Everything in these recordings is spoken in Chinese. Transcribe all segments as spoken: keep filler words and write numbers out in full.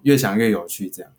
越想越有趣这样。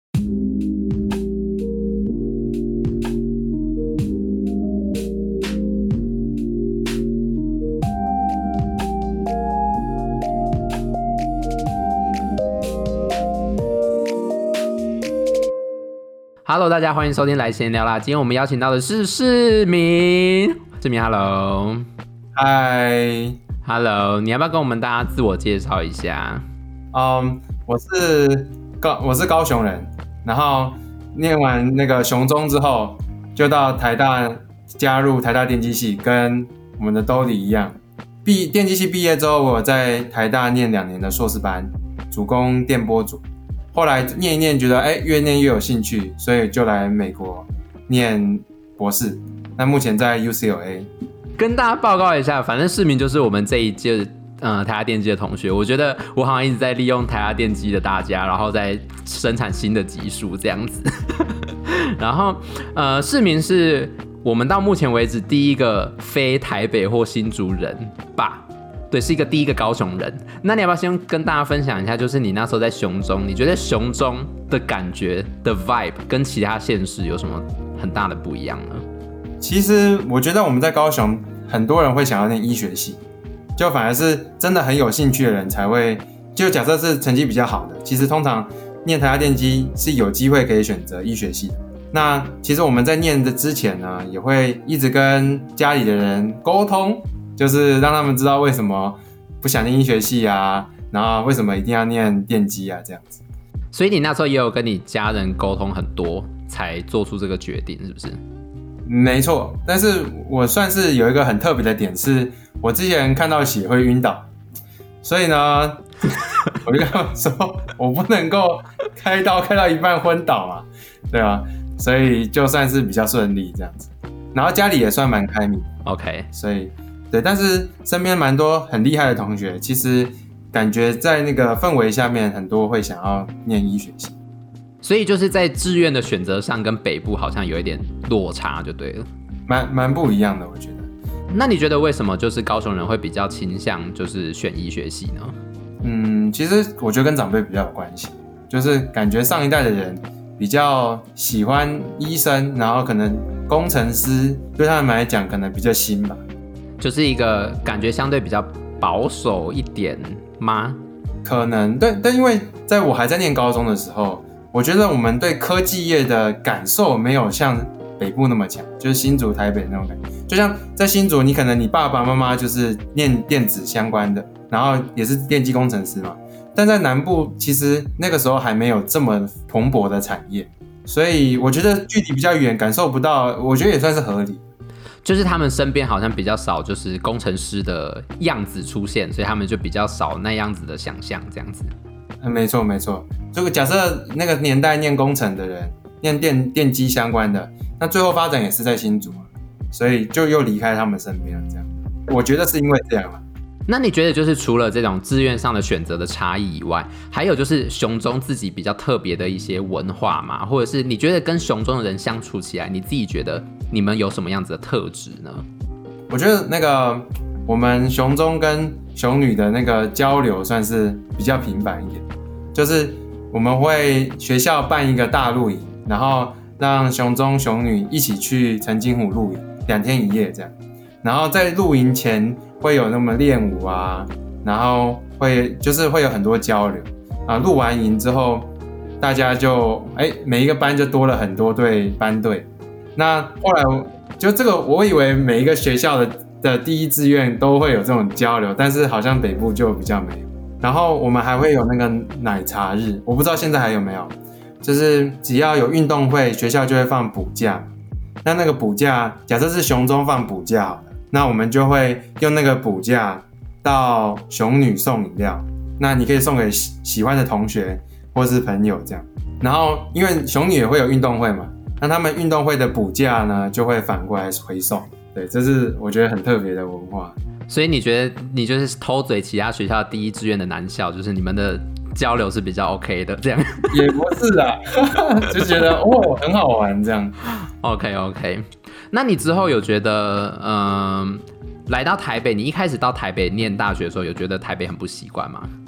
Hello， 大家欢迎收听来闲聊啦！今天我们邀请到的是世民，世民 ，Hello， 嗨 ，Hello， 你要不要跟我们大家自我介绍一下？ 嗯，我是高我是高雄人，然后念完那个雄中之后，就到台大加入台大电机系，跟我们的兜里一样。毕电机系毕业之后，我在台大念两年的硕士班，主攻电波组。后来念一念，觉得哎越念越有兴趣，所以就来美国念博士。那目前在 U C L A。 跟大家报告一下，反正世民就是我们这一届呃台大电机的同学。我觉得我好像一直在利用台大电机的大家，然后在生产新的集数这样子。然后呃世民是我们到目前为止第一个非台北或新竹人吧。对，是一个第一个高雄人。那你要不要先跟大家分享一下，就是你那时候在雄中，你觉得雄中的感觉的 vibe 跟其他县市有什么很大的不一样呢？ 其实我觉得我们在高雄，很多人会想要念医学系，就反而是真的很有兴趣的人才会，就假设是成绩比较好的，其实通常念台大电机是有机会可以选择医学系的。那其实我们在念的之前呢，也会一直跟家里的人沟通。就是让他们知道为什么不想念医学系啊，然后为什么一定要念电机啊，这样子。 所以你那时候也有跟你家人沟通很多，才做出这个决定，是不是？ 没错，但是我算是有一个很特别的点，是我之前看到血会晕倒，所以呢，我就跟他们说，我不能够开刀开到一半昏倒嘛，对啊，所以就算是比较顺利这样子。然后家里也算蛮开明 ，OK， 所以。对，但是身边蛮多很厉害的同学，其实感觉在那个氛围下面，很多会想要念医学系， 所以就是在志愿的选择上跟北部好像有一点落差，就对了， 蛮蛮不一样的，我觉得。 那你觉得为什么就是高雄人会比较倾向就是选医学系呢？ 嗯，其实我觉得跟长辈比较有关系，就是感觉上一代的人比较喜欢医生，然后可能工程师对他们来讲可能比较新吧。 就是一个感觉相对比较保守一点吗？ 可能，但但因为在我还在念高中的时候，我觉得我们对科技业的感受没有像北部那么强，就是新竹、台北那种感觉。就像在新竹，你可能你爸爸妈妈就是念电子相关的，然后也是电机工程师嘛。但在南部，其实那个时候还没有这么蓬勃的产业，所以我觉得距离比较远，感受不到，我觉得也算是合理。 就是他们身边好像比较少，就是工程师的样子出现，所以他们就比较少那样子的想象，这样子。 嗯，没错没错。这个假设那个年代念工程的人，念电电机相关的，那最后发展也是在新竹，所以就又离开他们身边了。这样，我觉得是因为这样了。 那你觉得就是除了这种志愿上的选择的差异以外，还有就是雄中自己比较特别的一些文化嘛，或者是你觉得跟雄中的人相处起来，你自己觉得你们有什么样子的特质呢？ 我觉得那个我们雄中跟雄女的那个交流算是比较频繁一点，就是我们会学校办一个大露营，然后让雄中雄女一起去澄清湖露营，两天一夜这样，然后在露营前会有那么练舞啊，然后会就是会有很多交流啊。录完营之后，大家就哎每一个班就多了很多对班队。那后来就这个，我以为每一个学校的的第一志愿都会有这种交流，但是好像北部就比较没有。然后我们还会有那个奶茶日，我不知道现在还有没有，就是只要有运动会，学校就会放补假。那那个补假，假设是雄中放补假好了。那我们就会用那个补假到雄女送饮料，那你可以送给喜欢的同学或是朋友这样。然后因为雄女也会有运动会嘛，那他们运动会的补假呢就会反过来回送。对，这是我觉得很特别的文化。 所以你觉得你就是偷嘴其他学校第一志愿的男校，就是你们的交流是比较 OK 的，这样？ 也不是啦，就觉得哦很好玩这样。 OK OK， 那你之后有觉得，嗯、呃，来到台北，你一开始到台北念大学的时候，有觉得台北很不习惯吗？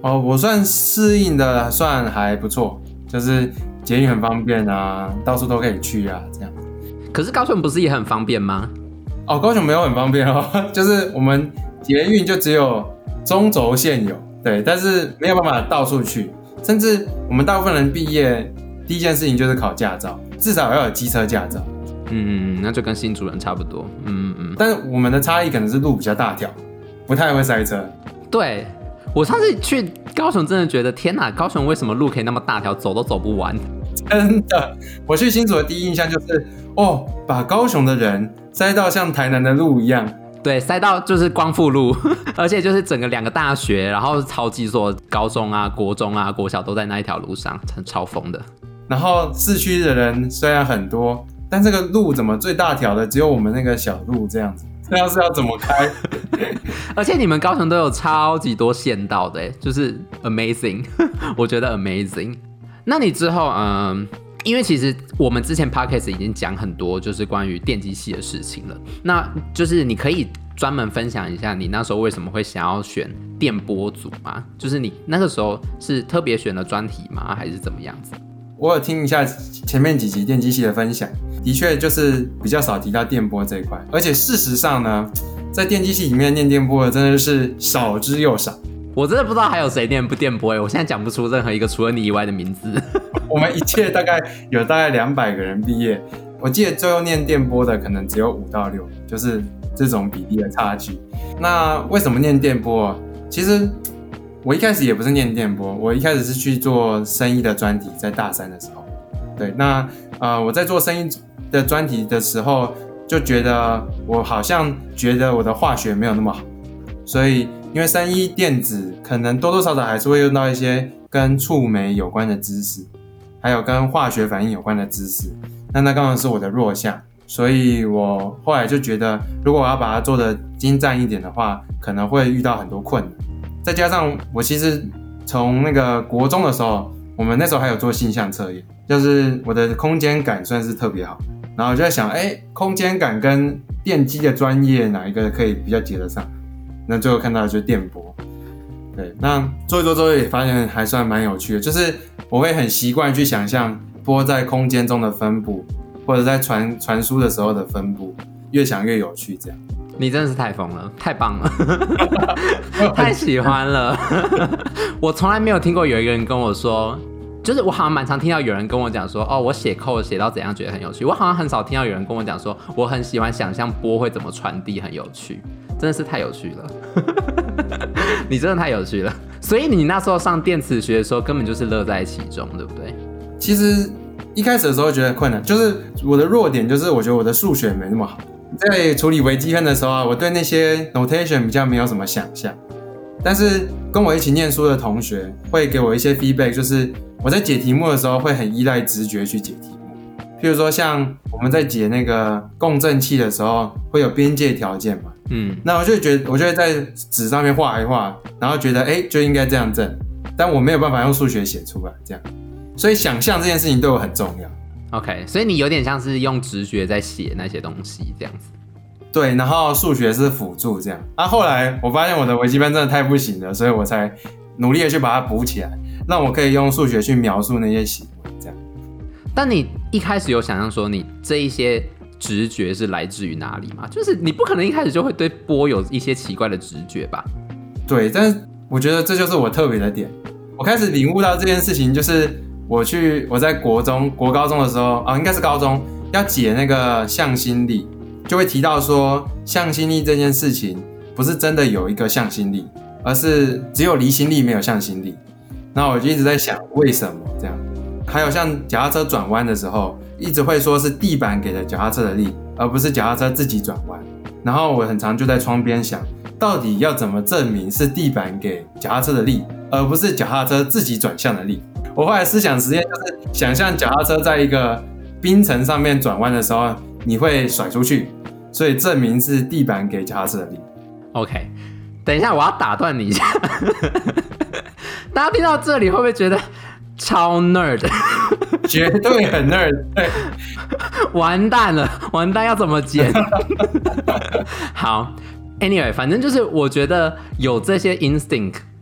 哦，我算适应的算还不错，就是捷运很方便啊，到处都可以去啊，这样。 可是高雄不是也很方便吗？ 哦，高雄没有很方便哦，就是我们捷运就只有中轴线有，对，但是没有办法到处去，甚至我们大部分人毕业第一件事情就是考驾照，至少要有机车驾照。 嗯，那就跟新竹人差不多。嗯嗯， 但是我们的差异可能是路比较大条，不太会塞车。 对，我上次去高雄真的觉得天哪，高雄为什么路可以那么大条，走都走不完？ 真的，我去新竹的第一印象就是哦，把高雄的人塞到像台南的路一样。 对，塞到就是光复路，而且就是整个两个大学，然后好几所高中啊、国中啊、国小都在那一条路上，超疯的。 然后市区的人虽然很多，但这个路怎么最大条的只有我们那个小路这样子？这样是要怎么开？ 而且你们高雄都有超级多县道的，就是 amazing， 我觉得 amazing。那你之后，嗯，因为其实我们之前 podcast 已经讲很多，就是关于电机系的事情了。那就是你可以专门分享一下你那时候为什么会想要选电波组吗？就是你那个时候是特别选了专题吗，还是怎么样子？ 我有听一下前面几集电机系的分享，的确就是比较少提到电波这一块，而且事实上呢，在电机系里面念电波的真的是少之又少。 我真的不知道还有谁念不电波耶，我现在讲不出任何一个除了你以外的名字。 我们一届大概有大概两百个人毕业，我记得最后念电波的可能只有五到六，就是这种比例的差距。那为什么念电波？其实我一开始也不是念电波，我一开始是去做生医的专题，在大三的时候。对，那呃我在做生医的专题的时候，就觉得我好像觉得我的化学没有那么好，所以因为生医电子可能多多少少还是会用到一些跟触媒有关的知识，还有跟化学反应有关的知识，那那刚好是我的弱项，所以我后来就觉得，如果我要把它做得精湛一点的话，可能会遇到很多困难。再加上我其实从那个国中的时候，我们那时候还有做性向测验，就是我的空间感算是特别好，然后我就在想，哎，空间感跟电机的专业哪一个可以比较接得上？那最后看到的就是电波。对，那做一做之后也发现还算蛮有趣的，就是我会很习惯去想象波在空间中的分布，或者在传传输的时候的分布，越想越有趣这样。 你真的是太疯了，太棒了，太喜欢了。我从来没有听过有一个人跟我说，就是我好像蛮常听到有人跟我讲说，哦，我写 code 写到怎样觉得很有趣。我好像很少听到有人跟我讲说，我很喜欢想象波会怎么传递，很有趣，真的是太有趣了。你真的太有趣了，所以你那时候上电磁学的时候，根本就是乐在其中，对不对？ 其实一开始的时候觉得困难，就是我的弱点就是我觉得我的数学没那么好。在处理微积分的时候啊，我对那些 notation 比较没有什么想象，但是跟我一起念书的同学会给我一些 feedback， 就是我在解题目的时候会很依赖直觉去解题目。譬如说像我们在解那个共振器的时候，会有边界条件嘛，嗯，那我就觉得我就会在纸上面画一画，然后觉得哎就应该这样正，但我没有办法用数学写出来，这样，所以想象这件事情对我很重要。 OK， 所以你有点像是用直觉在写那些东西这样子。 对，然后数学是辅助这样。啊，后来我发现我的微积分真的太不行了，所以我才努力的去把它补起来，让我可以用数学去描述那些行为这样。 但你一开始有想象说你这一些直觉是来自于哪里吗？就是你不可能一开始就会对波有一些奇怪的直觉吧？ 对，但是我觉得这就是我特别的点。我开始领悟到这件事情，就是我去我在国中、国高中的时候啊，应该是高中要解那个向心力，就会提到说向心力这件事情不是真的有一个向心力，而是只有离心力没有向心力。然后我就一直在想为什么这样。还有像脚踏车转弯的时候，一直会说是地板给了脚踏车的力，而不是脚踏车自己转弯。然后我很常就在窗边想，到底要怎么证明是地板给脚踏车的力，而不是脚踏车自己转向的力。我后来思想实验就是想象脚踏车在一个冰层上面转弯的时候，你会甩出去，所以证明是地板给脚踏车的力。 OK， 等一下我要打断你一下，大家听到这里会不会觉得超 nerd？ 绝对很 nerd， 对， 完蛋了，完蛋要怎么剪？好 ，anyway， 反正就是我觉得有这些 instinct。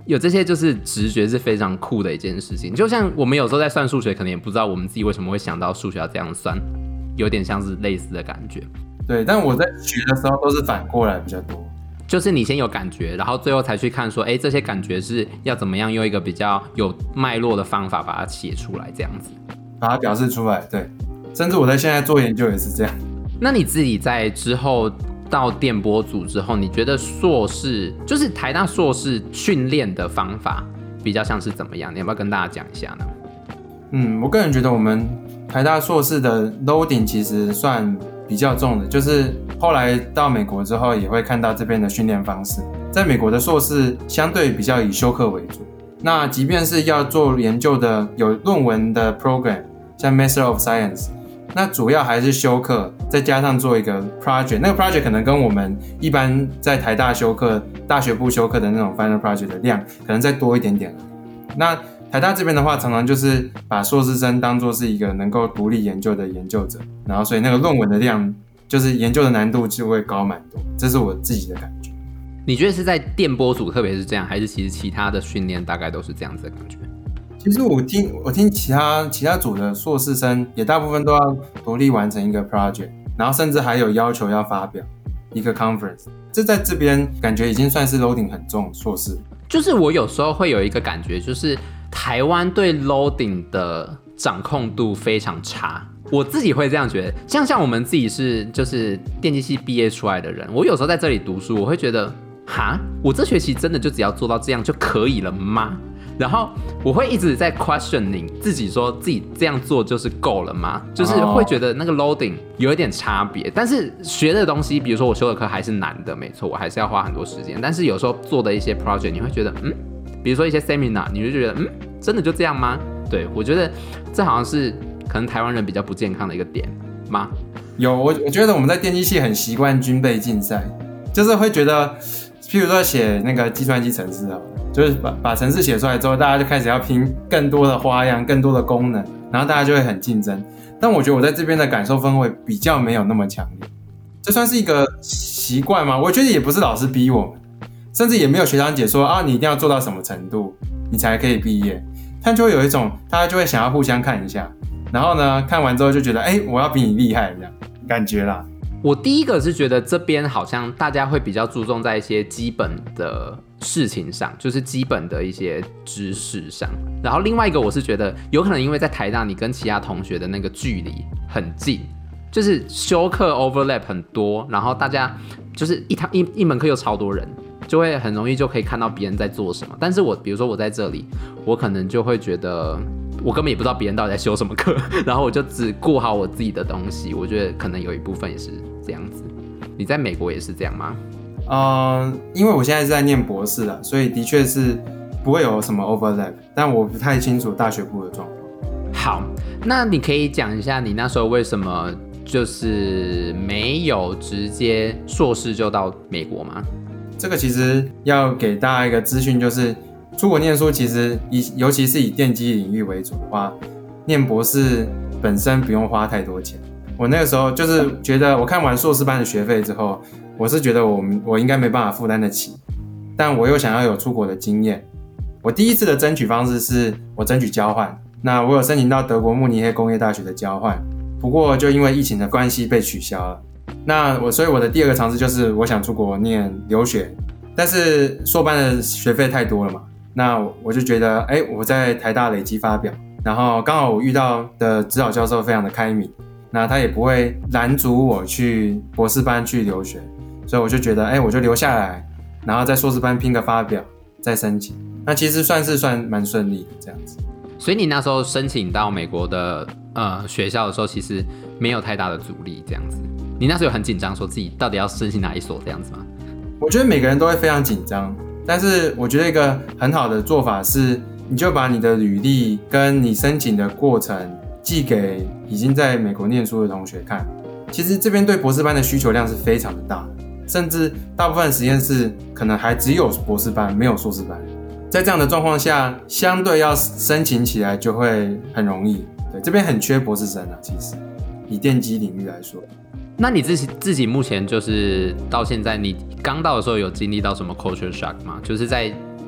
有这些就是直觉是非常酷的一件事情。就像我们有时候在算数学，可能也不知道我们自己为什么会想到数学要这样算，有点像是类似的感觉。 对，但我在学的时候都是反过来比较多。 就是你先有感觉，然后最后才去看说，哎，这些感觉是要怎么样用一个比较有脉络的方法把它写出来，这样子， 把它表示出来。对，甚至我在现在做研究也是这样。 那你自己在之后到电波组之后，你觉得硕士就是台大硕士训练的方法比较像是怎么样？你要不要跟大家讲一下呢？ 嗯，我个人觉得我们台大硕士的 loading 其实算比较重的，就是后来到美国之后也会看到这边的训练方式。在美国的硕士相对比较以修课为主，那即便是要做研究的有论文的 program， 像 Master of Science， 那主要还是修课，再加上做一个 project， 那个 project 可能跟我们一般在台大修课、大学部修课的那种 final project 的量可能再多一点点。那台大这边的话，常常就是把硕士生当作是一个能够独立研究的研究者，然后所以那个论文的量，就是研究的难度就会高蛮多，这是我自己的感觉。 你觉得是在电波组特别是这样，还是其实其他的训练大概都是这样子的感觉？ 其实我听我听其他其他组的硕士生也大部分都要独立完成一个 project， 然后甚至还有要求要发表一个 conference， 这在这边感觉已经算是 loading 很重的硕士。就是我有时候会有一个感觉，就是台湾对 loading 的掌控度非常差，我自己会这样觉得。像像我们自己是就是电机系毕业出来的人，我有时候在这里读书，我会觉得，哈，我这学期真的就只要做到这样就可以了吗？然后我会一直在 questioning 自己，说自己这样做就是够了吗？就是会觉得那个 loading 有一点差别。但是学的东西，比如说我修的课还是难的，没错，我还是要花很多时间。但是有时候做的一些 project， 你会觉得，嗯，比如说一些 seminar， 你就觉得，嗯，真的就这样吗？对，我觉得这好像是可能台湾人比较不健康的一个点吗？ 有，我我觉得我们在电机系很习惯军备竞赛，就是会觉得，譬如说写那个计算机程式啊。就是把把程式写出来之后，大家就开始要拼更多的花样、更多的功能，然后大家就会很竞争。但我觉得我在这边的感受氛围比较没有那么强烈，这算是一个习惯吗？我觉得也不是老师逼我们，甚至也没有学长姐说啊，你一定要做到什么程度，你才可以毕业。但就会有一种大家就会想要互相看一下，然后呢，看完之后就觉得，哎，我要比你厉害这样感觉啦。 我第一个是觉得这边好像大家会比较注重在一些基本的事情上，就是基本的一些知识上。然后另外一个我是觉得有可能因为在台大你跟其他同学的那个距离很近，就是修课 overlap 很多，然后大家就是一堂 一, 一门课又超多人，就会很容易就可以看到别人在做什么。但是我比如说我在这里，我可能就会觉得我根本也不知道别人到底在修什么课，然后我就只顾好我自己的东西。我觉得可能有一部分也是这样子。你在美国也是这样吗？ 嗯，因为我现在是在念博士啦，所以的确是不会有什么 overlap， 但我不太清楚大学部的状况。 好，那你可以讲一下你那时候为什么就是没有直接硕士就到美国吗？ 这个其实要给大家一个资讯，就是出国念书其实以尤其是以电机领域为主的话，念博士本身不用花太多钱。我那个时候就是觉得，我看完硕士班的学费之后，我是觉得我我应该没办法负担得起，但我又想要有出国的经验。我第一次的争取方式是我争取交换，那我有申请到德国慕尼黑工业大学的交换，不过就因为疫情的关系被取消了。那我所以我的第二个尝试就是我想出国念留学，但是硕班的学费太多了嘛，那我就觉得，哎，我在台大累积发表，然后刚好我遇到的指导教授非常的开明。那他也不会拦阻我去博士班去留学，所以我就觉得，哎，我就留下来，然后在硕士班拼个发表，再申请。那其实算是算蛮顺利的这样子。 所以你那时候申请到美国的呃学校的时候，其实没有太大的阻力这样子。你那时候有很紧张，说自己到底要申请哪一所这样子吗？ 我觉得每个人都会非常紧张，但是我觉得一个很好的做法是，你就把你的履历跟你申请的过程寄给已经在美国念书的同学看。其实这边对博士班的需求量是非常的大的，甚至大部分实验室可能还只有博士班，没有硕士班。在这样的状况下，相对要申请起来就会很容易。对，这边很缺博士生啊，其实以电机领域来说。 那你自己自己目前就是到现在，你刚到的时候有经历到什么 culture shock 吗？就是在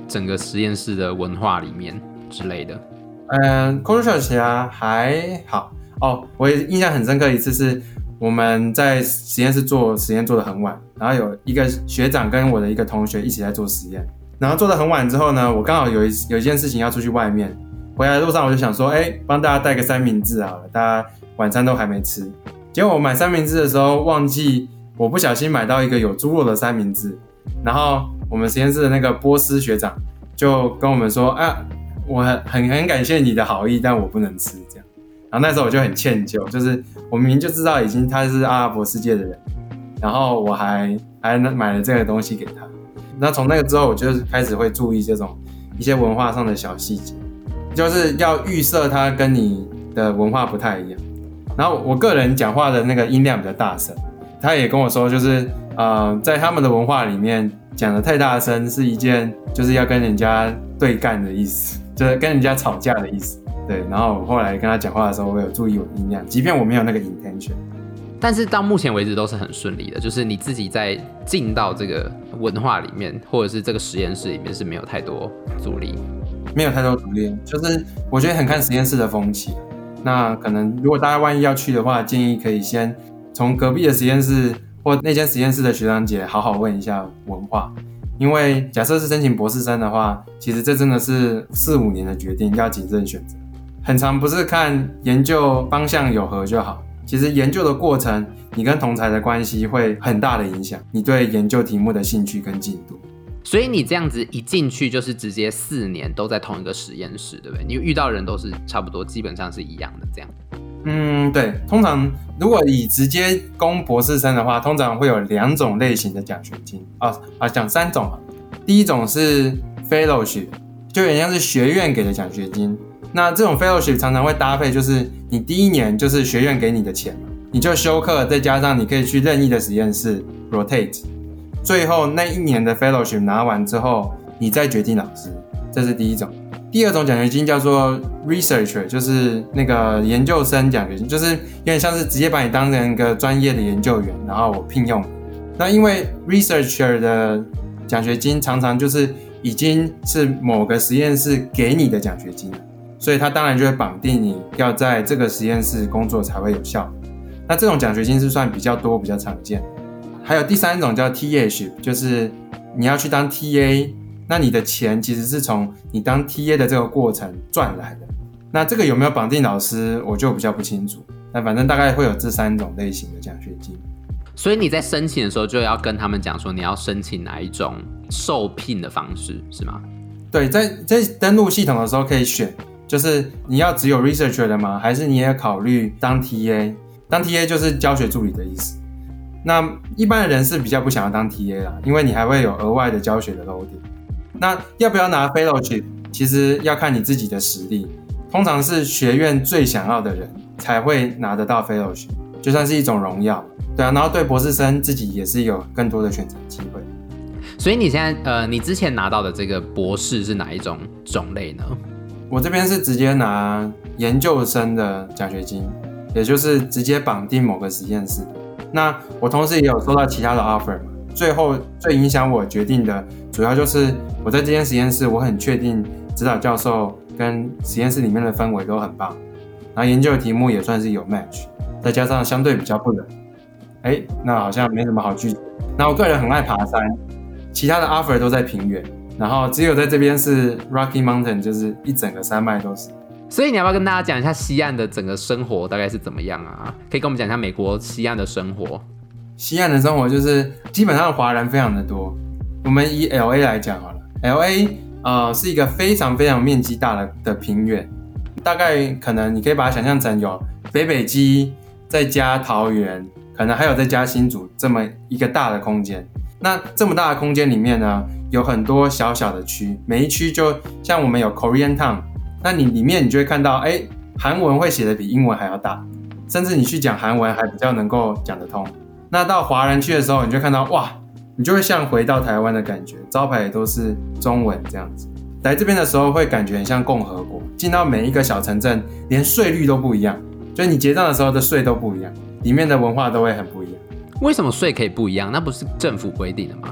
整个实验室的文化里面之类的？ 嗯 ，culture shock 起来还好哦。我也印象很深刻一次是我们在实验室做实验做得很晚，然后有一个学长跟我的一个同学一起在做实验，然后做得很晚之后呢，我刚好有一有一件事情要出去外面，回来的路上我就想说，哎，帮大家带个三明治好了，大家晚餐都还没吃。结果我买三明治的时候忘记，我不小心买到一个有猪肉的三明治，然后我们实验室的那个波斯学长就跟我们说，啊，我很很感谢你的好意，但我不能吃这样。然后那时候我就很歉疚，就是我明明就知道已经他是阿拉伯世界的人，然后我还还买了这个东西给他。那从那个之后，我就开始会注意这种一些文化上的小细节，就是要预设他跟你的文化不太一样。然后我个人讲话的那个音量比较大声，他也跟我说，就是呃，在他们的文化里面讲的太大声是一件就是要跟人家对干的意思，就是跟人家吵架的意思。对，然后我后来跟他讲话的时候，我有注意我的音量，即便我没有那个 intention。 但是到目前为止都是很顺利的，就是你自己在进到这个文化里面，或者是这个实验室里面是没有太多阻力， 没有太多阻力，就是我觉得很看实验室的风气。那可能如果大家万一要去的话，建议可以先从隔壁的实验室或那间实验室的学长姐好好问一下文化，因为假设是申请博士生的话，其实这真的是四五年的决定，要谨慎选择。很常不是看研究方向有合就好，其实研究的过程，你跟同侪的关系会很大的影响你对研究题目的兴趣跟进度。 所以你这样子一进去就是直接四年都在同一个实验室，对不对？你遇到的人都是差不多，基本上是一样的这样。 嗯，对。通常如果以直接攻博士生的话，通常会有两种类型的奖学金啊啊，讲三种啊。第一种是 fellowship， 就有点像是学院给的奖学金。那这种 fellowship 常常会搭配，就是你第一年就是学院给你的钱嘛，你就修课，再加上你可以去任意的实验室 rotate， 最后那一年的 fellowship 拿完之后，你再决定老师，这是第一种。第二种奖学金叫做 researcher， 就是那个研究生奖学金，就是有点像是直接把你当成一个专业的研究员，然后我聘用你。那因为 researcher 的奖学金常常就是已经是某个实验室给你的奖学金了，所以它当然就会绑定你要在这个实验室工作才会有效。那这种奖学金是算比较多比较常见。还有第三种叫 T A-ship， 就是你要去当 T A， 那你的钱其实是从你当 T A 的这个过程赚来的。那这个有没有绑定老师我就比较不清楚，但反正大概会有这三种类型的奖学金。 所以你在申请的时候就要跟他们讲说你要申请哪一种受聘的方式，是吗？ 对，在在登录系统的时候可以选，就是你要只有 researcher 的吗？还是你也考虑当 T A？ 当 T A 就是教学助理的意思。那一般的人是比较不想要当 T A 啦，因为你还会有额外的教学的 loading。那要不要拿 fellowship， 其实要看你自己的实力。通常是学院最想要的人才会拿得到 fellowship， 就算是一种荣耀。对啊，然后对博士生自己也是有更多的选择机会。 所以你现在呃，你之前拿到的这个博士是哪一种种类呢？ 我这边是直接拿研究生的奖学金，也就是直接绑定某个实验室。那我同时也有收到其他的 offer 嘛，最后最影响我决定的主要就是我在这间实验室，我很确定指导教授跟实验室里面的氛围都很棒，然后研究的题目也算是有 match， 再加上相对比较不冷，哎，那好像没什么好拒绝。那我个人很爱爬山，其他的 offer 都在平原，然后只有在这边是 Rocky Mountain， 就是一整个山脉都是。 所以你要不要跟大家讲一下西岸的整个生活大概是怎么样啊？可以跟我们讲一下美国西岸的生活。 西岸的生活就是基本上华人非常的多。我们以 L A 来讲好了 ，L A 呃是一个非常非常面积大的的平原，大概可能你可以把它想象成有北北基再加桃园，可能还有再加新竹这么一个大的空间。那这么大的空间里面呢，有很多小小的区，每一区就像我们有 Korean Town。那你里面你就会看到，哎，韩文会写的比英文还要大，甚至你去讲韩文还比较能够讲得通。那到华人区的时候，你就看到，哇，你就会像回到台湾的感觉，招牌也都是中文这样子。来这边的时候会感觉很像共和国，进到每一个小城镇，连税率都不一样，就是你结账的时候的税都不一样，里面的文化都会很不一样。 为什么税可以不一样？那不是政府规定的吗？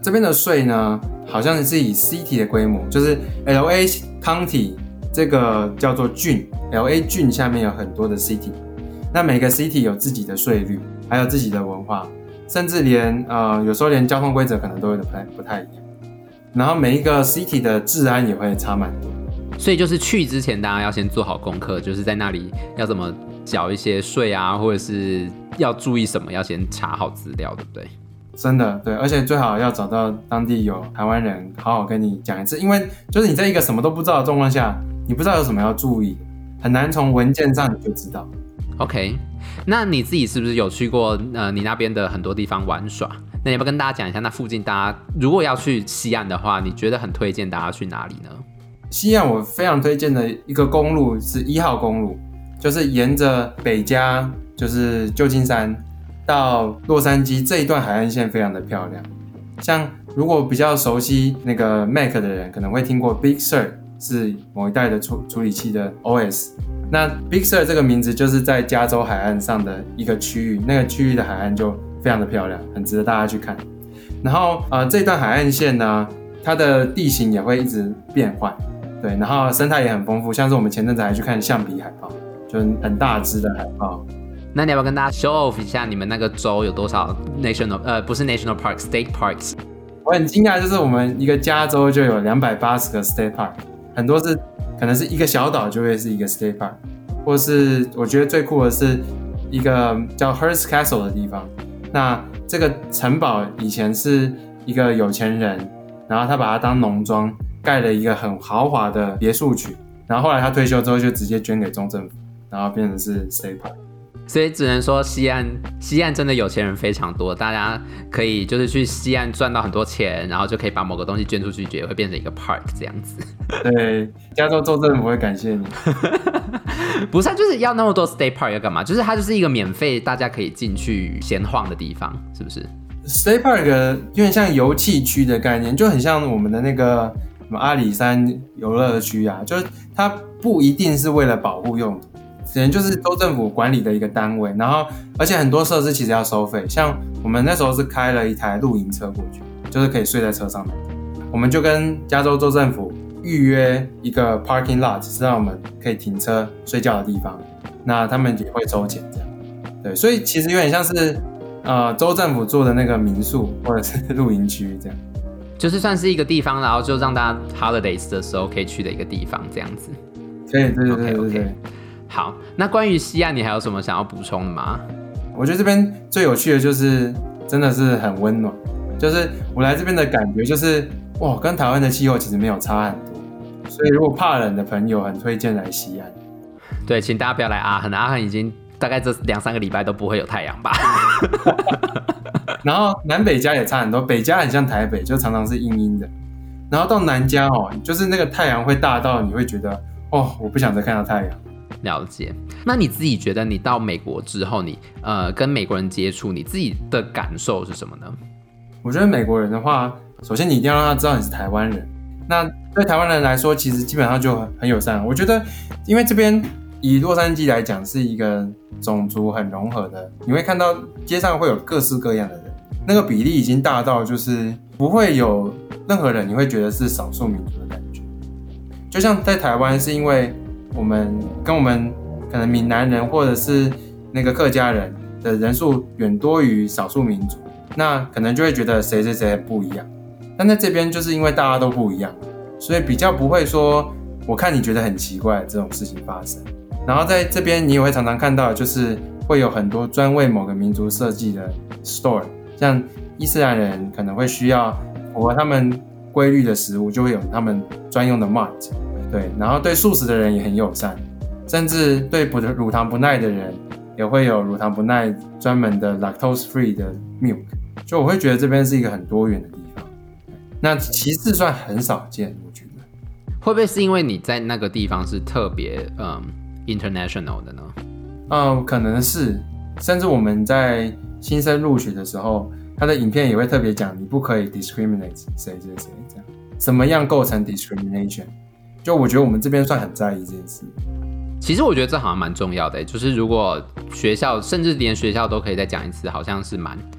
这边的税呢，好像是以 city 的规模，就是 L A County 这个叫做郡 ，L A 郡下面有很多的 city， 那每个 city 有自己的税率，还有自己的文化，甚至连呃有时候连交通规则可能都有点不太不太一样。然后每一个 city 的治安也会差蛮多。 所以就是去之前，大家要先做好功课，就是在那里要怎么缴一些税啊，或者是要注意什么，要先查好资料，对不对？ 真的对，而且最好要找到当地有台湾人，好好跟你讲一次，因为就是你在一个什么都不知道的状况下，你不知道有什么要注意，很难从文件上你就知道。 OK， 那你自己是不是有去过呃你那边的很多地方玩耍？那你要不要跟大家讲一下，那附近大家如果要去西岸的话，你觉得很推荐大家去哪里呢？ 西岸我非常推荐的一个公路是一号公路，就是沿着北加，就是旧金山到洛杉矶这一段海岸线非常的漂亮。像如果比较熟悉那个 Mac 的人，可能会听过 Big Sur 是某一代的处处理器的 O S。那 Big Sur 这个名字就是在加州海岸上的一个区域，那个区域的海岸就非常的漂亮，很值得大家去看。然后呃这段海岸线呢，它的地形也会一直变换。对，然后生态也很丰富，像是我们前阵子还去看象鼻海豹，就是很大只的海豹。 那你要不要跟大家 show off 一下你们那个州有多少 national 呃不是 national park state parks？ 我很惊讶，就是我们一个加州就有两百八十个 state park， 很多是可能是一个小岛就会是一个 state park， 或是我觉得最酷的是一个叫 Hearst Castle 的地方。那这个城堡以前是一个有钱人，然后他把它当农庄。盖了一个很豪华的别墅区，然后后来他退休之后就直接捐给中政府，然后变成是 state park。 所以只能说西岸西岸真的有钱人非常多，大家可以就是去西岸赚到很多钱，然后就可以把某个东西捐出去，也会变成一个 park 这样子。 对，加州州政府会感谢你。 不是、啊，就是要那么多 state park 要干嘛？就是它就是一个免费大家可以进去闲晃的地方，是不是 ？state park 有点像游憩区的概念，就很像我们的那个。什么阿里山游乐区啊，就是它不一定是为了保护用途，可能就是州政府管理的一个单位。然后，而且很多设施其实要收费，像我们那时候是开了一台露营车过去，就是可以睡在车上的。我们就跟加州州政府预约一个 parking lot， 是让我们可以停车睡觉的地方。那他们也会收钱这样。对，所以其实有点像是呃州政府做的那个民宿或者是露营区这样。 就是算是一个地方，然后就让大家 holidays 的时候可以去的一个地方，这样子。 可以，对对对对对。Okay, okay. 好，那关于西岸，你还有什么想要补充的吗？ 我觉得这边最有趣的就是，真的是很温暖。就是我来这边的感觉就是，哇，跟台湾的气候其实没有差很多。所以如果怕冷的朋友，很推荐来西岸。 对，请大家不要来阿亨，阿亨已经大概这两三个礼拜都不会有太阳吧。 然后南北加也差很多，北加很像台北，就常常是阴阴的。然后到南加哦，就是那个太阳会大到你会觉得，哦，我不想再看到太阳。 了解。那你自己觉得你到美国之后，你呃跟美国人接触，你自己的感受是什么呢？ 我觉得美国人的话，首先你一定要让他知道你是台湾人。那对台湾人来说，其实基本上就很友善。我觉得，因为这边以洛杉矶来讲，是一个种族很融合的，你会看到街上会有各式各样的人。那个比例已经大到就是不会有任何人你会觉得是少数民族的感觉，就像在台湾是因为我们跟我们可能闽南人或者是那个客家人的人数远多于少数民族，那可能就会觉得谁谁谁不一样。但在这边就是因为大家都不一样，所以比较不会说我看你觉得很奇怪这种事情发生。然后在这边你也会常常看到就是会有很多专为某个民族设计的 store。像伊斯兰人可能会需要符合他们规律的食物，就会有他们专用的 mart， 对，然后对素食的人也很友善，甚至对乳糖不耐的人也会有乳糖不耐专门的 lactose free 的 milk， 就我会觉得这边是一个很多元的地方。那其次算很少见，我觉得会不会是因为你在那个地方是特别嗯 international 的呢？ 嗯，可能是，甚至我们在新生入学的时候，他的影片也会特别讲，你不可以 discriminate 谁谁谁这样，什么样构成 discrimination？ 就我觉得我们这边算很在意这件事。 其实我觉得这好像蛮重要的，就是如果学校甚至连学校都可以再讲一次，好像是蛮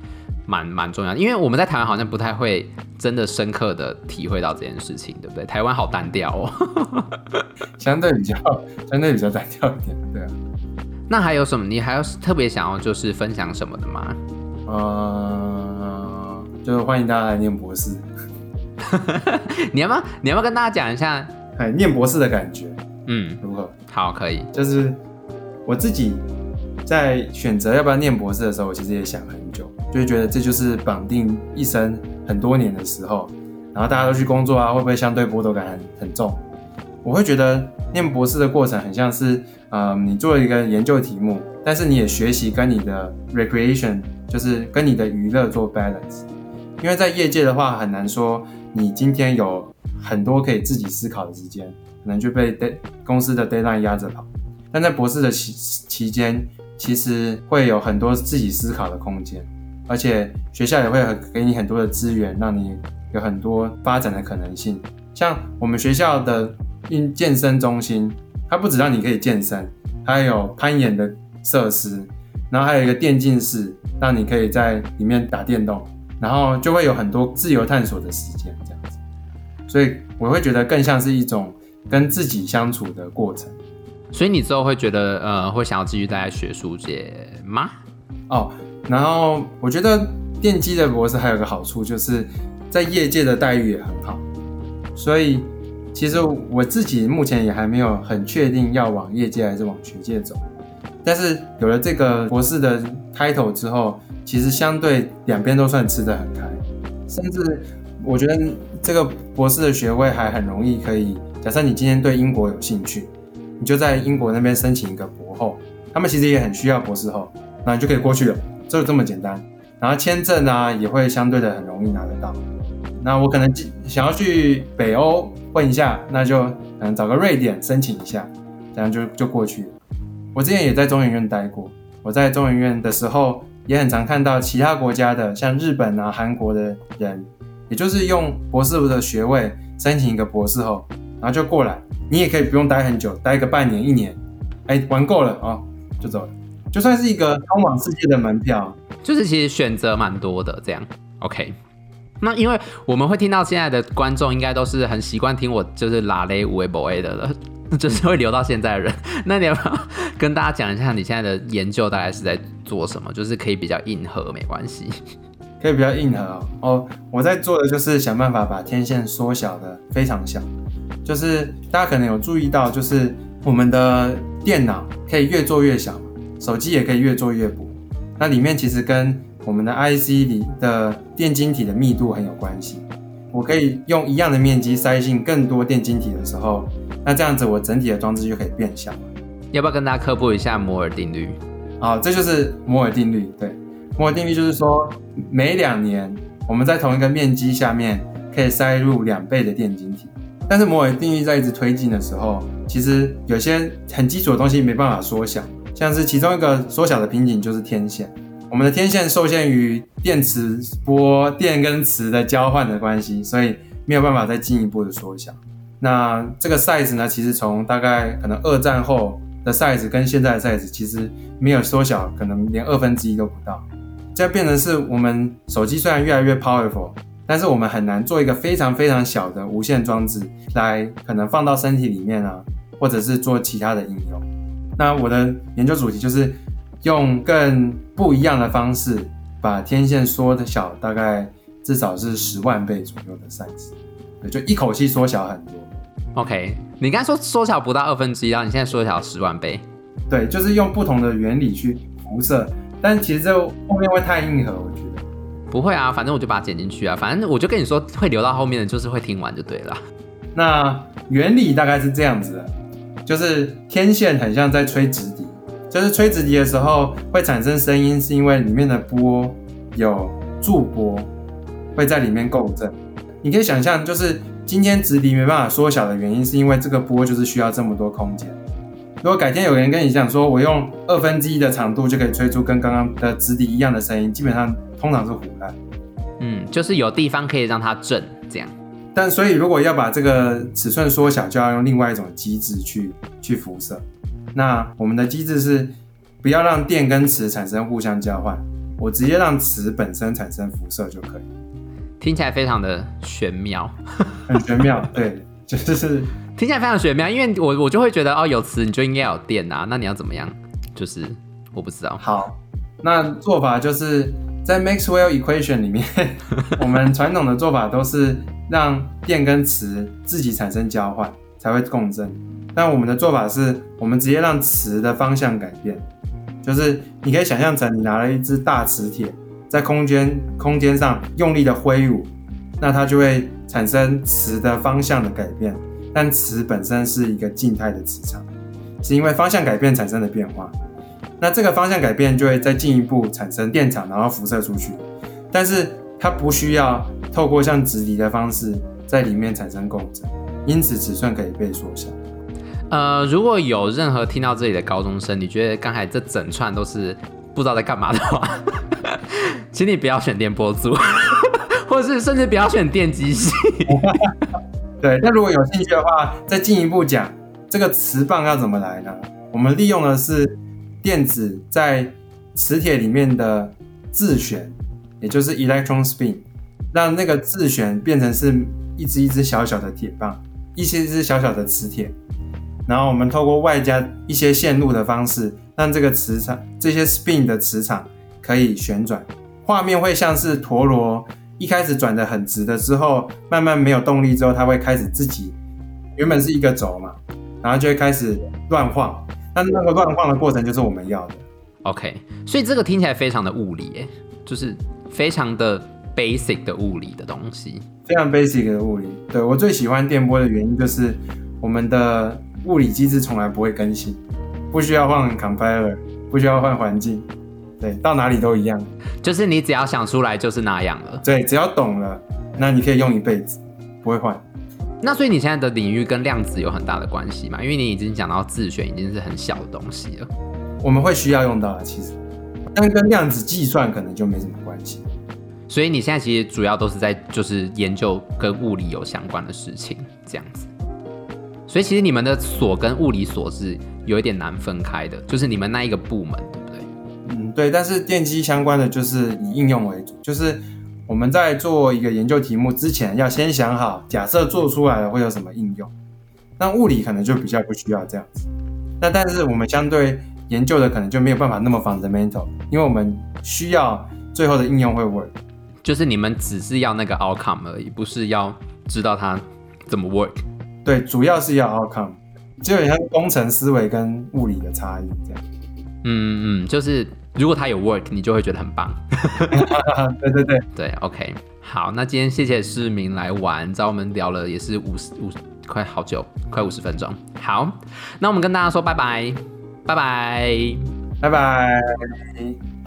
蛮蛮重要的，因为我们在台湾好像不太会真的深刻的体会到这件事情，对不对？台湾好单调哦， 相对比较相对比较单调一点，对啊。 那还有什么？你还有特别想要就是分享什么的吗？ 呃，就欢迎大家来念博士。 你要不要你要不要跟大家讲一下， 哎，念博士的感觉， 嗯， 如何？ 好，可以。 就是我自己在选择要不要念博士的时候，我其实也想很久，就觉得这就是绑定一生很多年的时候，然后大家都去工作啊，会不会相对剥夺感很很重？我会觉得念博士的过程很像是，呃，你做了一个研究题目，但是你也学习跟你的 recreation， 就是跟你的娱乐做 balance。因为在业界的话，很难说你今天有很多可以自己思考的时间，可能就被公司的 deadline 压着跑。但在博士的期期间，其实会有很多自己思考的空间，而且学校也会给你很多的资源，让你有很多发展的可能性。像我们学校的健身中心，它不只让你可以健身，它还有攀岩的设施，然后还有一个电竞室，让你可以在里面打电动，然后就会有很多自由探索的时间，这样子。所以我会觉得更像是一种跟自己相处的过程。 所以你之后会觉得，呃，会想要继续待在学术界吗？ 哦，然后我觉得电机的博士还有个好处，就是在业界的待遇也很好。所以其实我自己目前也还没有很确定要往业界还是往学界走。但是有了这个博士的 title 之后，其实相对两边都算吃得很开，甚至我觉得这个博士的学位还很容易可以，假设你今天对英国有兴趣，你就在英国那边申请一个博后，他们其实也很需要博士后，那你就可以过去了，就这么简单。然后签证啊也会相对的很容易拿得到。那我可能想要去北欧混一下，那就可能找个瑞典申请一下，这样就就过去了。我之前也在中研院待过，我在中研院的时候也很常看到其他国家的，像日本啊、韩国的人，也就是用博士的学位申请一个博士后，然后就过来。你也可以不用待很久，待个半年、一年，哎，玩够了哦，就走了。就算是一个通往世界的门票， 就是其实选择蛮多的，这样 OK。那因为我们会听到现在的观众应该都是很习惯听我就是拉勒无为不为的了，就是会留到现在的人。那你要不要跟大家讲一下你现在的研究大概是在做什么？就是可以比较硬核没关系。 可以比较硬核哦。哦，我在做的就是想办法把天线缩小的非常小。就是大家可能有注意到，就是我们的电脑可以越做越小，手机也可以越做越薄。那里面其实跟我们的 I C 里的电晶体的密度很有关系。我可以用一样的面积塞进更多电晶体的时候，那这样子我整体的装置就可以变小了。 要不要跟大家科普一下摩尔定律？ 好，这就是摩尔定律。对，摩尔定律就是说，每两年我们在同一个面积下面可以塞入两倍的电晶体。但是摩尔定律在一直推进的时候，其实有些很基础的东西没办法缩小，像是其中一个缩小的瓶颈就是天线。我们的天线受限于电磁波电跟磁的交换的关系，所以没有办法再进一步的缩小。那这个 size 呢，其实从大概可能二战后的 size 跟现在的 size 其实没有缩小，可能连二分之一都不到。这变成是我们手机虽然越来越 powerful，但是我们很难做一个非常非常小的无线装置来可能放到身体里面啊，或者是做其他的应用。那我的研究主题就是用更不一样的方式把天线缩的小，大概至少是十万倍左右的 size， 对，就一口气缩小很多。 OK， 你刚才说缩小不到二分之一，然后你现在缩小十万倍。 对，就是用不同的原理去辐射，但其实这后面会太硬核，我觉得。 不会啊，反正我就把它剪进去啊，反正我就跟你说会留到后面的，就是会听完就对了。 那原理大概是这样子的，就是天线很像在吹直笛，就是吹直笛的时候会产生声音，是因为里面的波有驻波会在里面共振。你可以想象，就是今天直笛没办法缩小的原因，是因为这个波就是需要这么多空间。如果改天有人跟你讲说，我用二分之一的长度就可以吹出跟刚刚的直笛一样的声音，基本上通常是唬烂。 嗯，就是有地方可以让它震，这样。 但所以如果要把这个尺寸缩小，就要用另外一种机制去去辐射。那我们的机制是不要让电跟磁产生互相交换， 我直接让磁本身产生辐射就可以。 听起来非常的玄妙， 很玄妙，对，就是听起来非常玄妙，因为我我就会觉得哦，有磁你就应该有电啊，那你要怎么样？就是我不知道。 好，那做法就是在 Maxwell Equation 里面，我们传统的做法都是让电跟磁自己产生交换才会共振，但我们的做法是我们直接让磁的方向改变，就是你可以想象成你拿了一支大磁铁。在空间空间上用力的挥舞，那它就会产生磁的方向的改变。但磁本身是一个静态的磁场，是因为方向改变产生的变化。那这个方向改变就会再进一步产生电场，然后辐射出去。但是它不需要透过像直笛的方式在里面产生共振，因此尺寸可以被缩小。 呃，如果有任何听到这里的高中生，你觉得刚才这整串都是不知道在干嘛的话，请你不要选电波组，或者是甚至不要选电机系。 对，那如果有兴趣的话，再进一步讲这个磁棒要怎么来呢？我们利用的是电子在磁铁里面的自旋，也就是 electron spin， 让那个自旋变成是一支一支小小的铁棒，一支一支小小的磁铁，然后我们透过外加一些线路的方式，让这个磁场这些 spin 的磁场可以旋转，画面会像是陀螺一开始转得很直的之后，慢慢没有动力之后，它会开始自己原本是一个轴嘛，然后就会开始乱晃，但是那个乱晃的过程就是我们要的。 OK， 所以这个听起来非常的物理耶，就是非常的 basic 的物理的东西， 非常 basic 的物理。对，我最喜欢电波的原因就是我们的物理机制从来不会更新，不需要换 compiler， 不需要换环境，对，到哪里都一样。 就是你只要想出来就是那样了。 对，只要懂了，那你可以用一辈子，不会换。 那所以你现在的领域跟量子有很大的关系嘛？因为你已经讲到自旋已经是很小的东西了。 我们会需要用到的，其实，但跟量子计算可能就没什么关系。 所以你现在其实主要都是在就是研究跟物理有相关的事情，这样子。所以其实你们的所跟物理所是有一点难分开的，就是你们那一个部门，对不对？ 嗯，对。但是电机相关的就是以应用为主，就是我们在做一个研究题目之前，要先想好，假设做出来了会有什么应用。那物理可能就比较不需要这样子。那但是我们相对研究的可能就没有办法那么 fundamental， 因为我们需要最后的应用会 work。 就是你们只是要那个 outcome 而已，不是要知道它怎么 work。 对，主要是要 outcome， 就有点像工程思维跟物理的差异这样。 嗯嗯，就是如果它有 work， 你就会觉得很棒。 对对对对 ，OK， 好，那今天谢谢世明来玩，找我们聊了也是五十五快好久，快五十分钟。好，那我们跟大家说拜拜，拜拜， 拜拜。